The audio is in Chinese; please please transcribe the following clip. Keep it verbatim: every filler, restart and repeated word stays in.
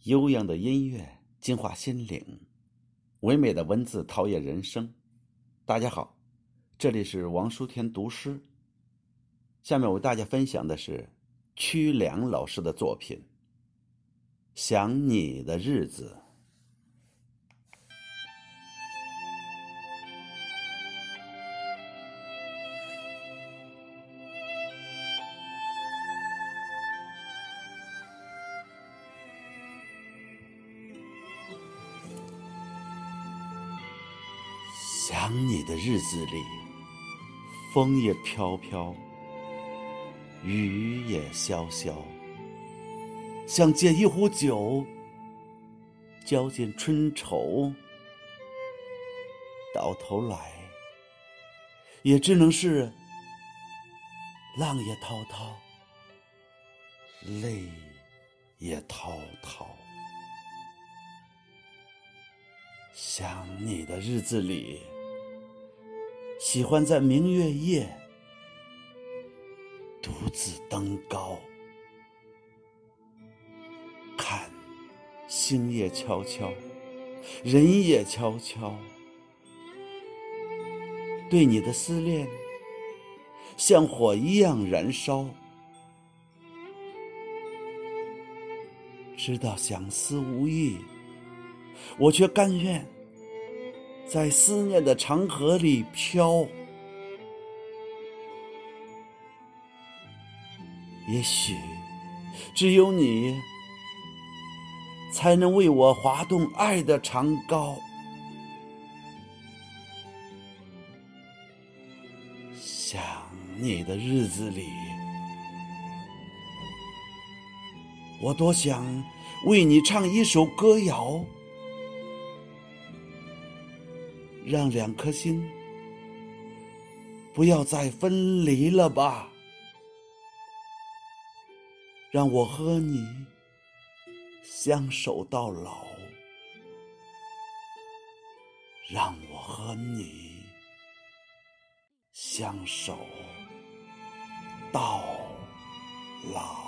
悠扬的音乐净化心灵，唯美的文字陶冶人生。大家好，这里是王书田读诗。下面我为大家分享的是曲梁老师的作品《想你的日子》。想你的日子里，风也飘飘，雨也潇潇，想借一壶酒，浇尽春愁，到头来也只能是浪也滔滔，泪也滔滔。想你的日子里，喜欢在明月夜独自登高，看星夜悄悄，人也悄悄，对你的思念像火一样燃烧，知道相思无益，我却甘愿在思念的长河里飘。也许只有你才能为我划动爱的长篙。想你的日子里，我多想为你唱一首歌谣，让两颗心不要再分离了吧，让我和你相守到老，让我和你相守到老。